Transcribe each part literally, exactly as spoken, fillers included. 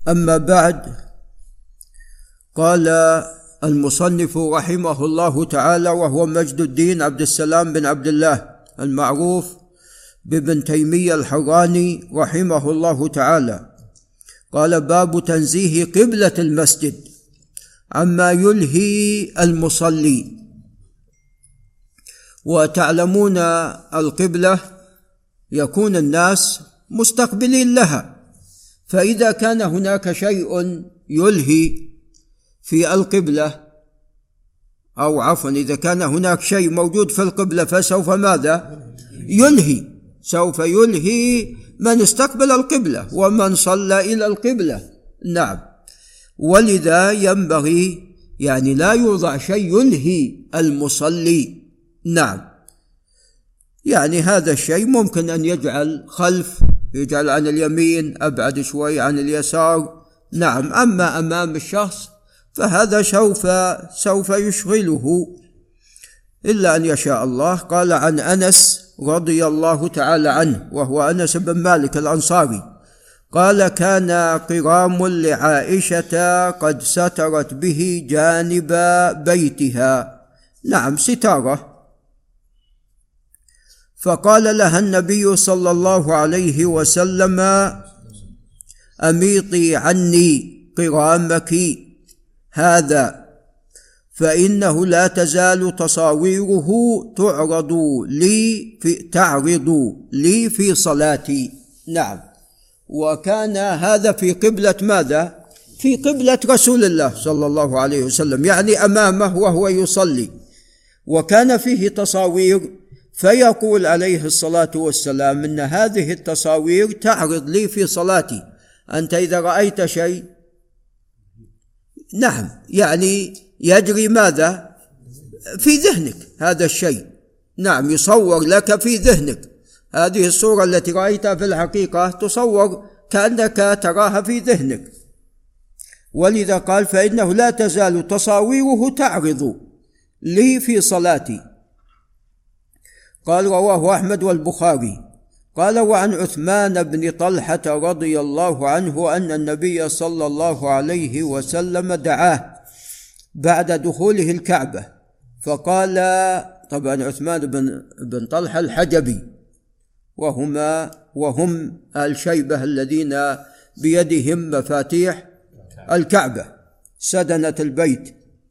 أما بعد، قال المصنف رحمه الله تعالى وهو مجد الدين عبد السلام بن عبد الله المعروف بابن تيمية الحراني رحمه الله تعالى، قال: باب تنزيه قبلة المسجد عما يلهي المصلي. وتعلمون القبلة يكون الناس مستقبلين لها، فإذا كان هناك شيء يلهي في القبلة، أو عفوا إذا كان هناك شيء موجود في القبلة فسوف ماذا؟ يلهي، سوف يلهي من استقبل القبلة ومن صلى إلى القبلة. نعم، ولذا ينبغي يعني لا يوضع شيء يلهي المصلي. نعم، يعني هذا الشيء ممكن أن يجعل خلف، يجعل عن اليمين، أبعد شوي عن اليسار. نعم، أما أمام الشخص فهذا سوف سوف يشغله إلا أن يشاء الله. قال: عن أنس رضي الله تعالى عنه، وهو أنس بن مالك الأنصاري، قال: كان قرام لعائشة قد سترت به جانب بيتها. نعم، ستارة. فقال لها النبي صلى الله عليه وسلم: أميطي عني قرامك هذا، فإنه لا تزال تصاويره تعرض لي في تعرض لي في صلاتي. نعم، وكان هذا في قبلة ماذا؟ في قبلة رسول الله صلى الله عليه وسلم، يعني أمامه وهو يصلي، وكان فيه تصاوير، فيقول عليه الصلاة والسلام: إن هذه التصاوير تعرض لي في صلاتي. أنت إذا رأيت شيء، نعم، يعني يجري ماذا؟ في ذهنك هذا الشيء. نعم، يصور لك في ذهنك هذه الصورة التي رأيتها في الحقيقة، تصور كأنك تراها في ذهنك. ولذا قال: فإنه لا تزال تصاويره تعرض لي في صلاتي. قال: رواه أحمد والبخاري. قال: وعن عثمان بن طلحة رضي الله عنه أن النبي صلى الله عليه وسلم دعاه بعد دخوله الكعبة فقال، طبعا عثمان بن, بن طلحة الحجبي، وهما وهم آل شيبة الذين بيدهم مفاتيح الكعبة، سدنة البيت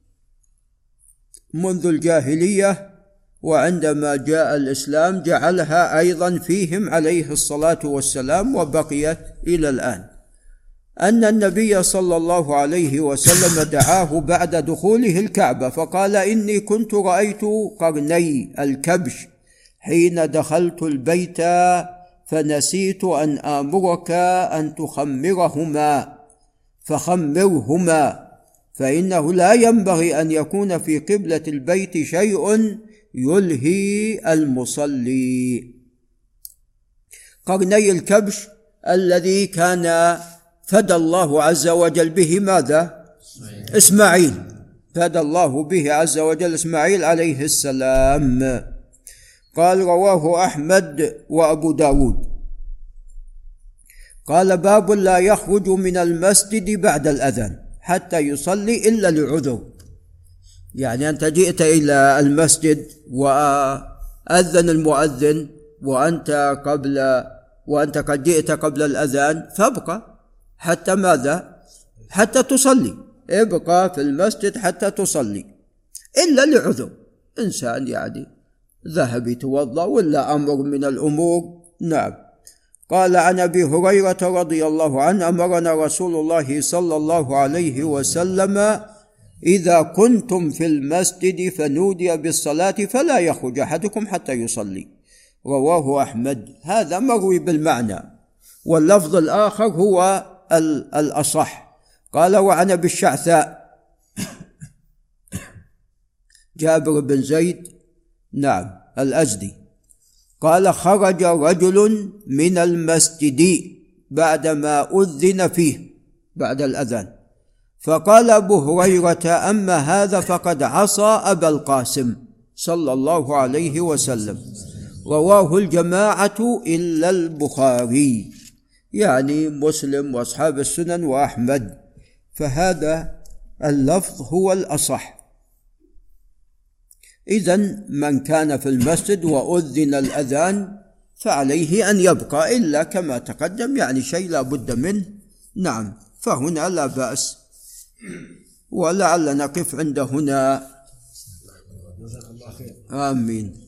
منذ الجاهلية، وعندما جاء الإسلام جعلها أيضا فيهم عليه الصلاة والسلام، وبقيت إلى الآن. أن النبي صلى الله عليه وسلم دعاه بعد دخوله الكعبة فقال: إني كنت رأيت قرني الكبش حين دخلت البيت، فنسيت أن آمرك أن تخمرهما فخمرهما، فإنه لا ينبغي أن يكون في قبلة البيت شيء يلهي المصلي. قرني الكبش الذي كان فدى الله عز وجل به ماذا؟ إسماعيل، فدى الله به عز وجل إسماعيل عليه السلام. قال: رواه أحمد وأبو داود. قال: باب لا يخرج من المسجد بعد الأذان حتى يصلي إلا لعذر. يعني أنت جئت إلى المسجد وأذن المؤذن وأنت قبل وأنت قد جئت قبل الأذان، فابقى حتى ماذا؟ حتى تصلي، ابقى في المسجد حتى تصلي، إلا لعذر، إنسان يعني ذهب يتوضأ ولا أمر من الأمور. نعم. قال: عن أبي هريرة رضي الله عنه: أمرنا رسول الله صلى الله عليه وسلم إذا كنتم في المسجد فنودي بالصلاة فلا يخرج أحدكم حتى يصلي. رواه أحمد. هذا مروي بالمعنى، واللفظ الآخر هو الأصح. قال: وعن أبي الشعثاء جابر بن زيد، نعم، الأزدي، قال: خرج رجل من المسجد بعدما أذن فيه، بعد الأذان، فقال أبو هريرة: أما هذا فقد عصى أبا القاسم صلى الله عليه وسلم. رواه الجماعة إلا البخاري. يعني مسلم وأصحاب السنن وأحمد، فهذا اللفظ هو الأصح. إذن من كان في المسجد وأذن الأذان فعليه أن يبقى، إلا كما تقدم يعني شيء لا بد منه، نعم، فهنا لا بأس. ولعل نقف عند هنا. آمين.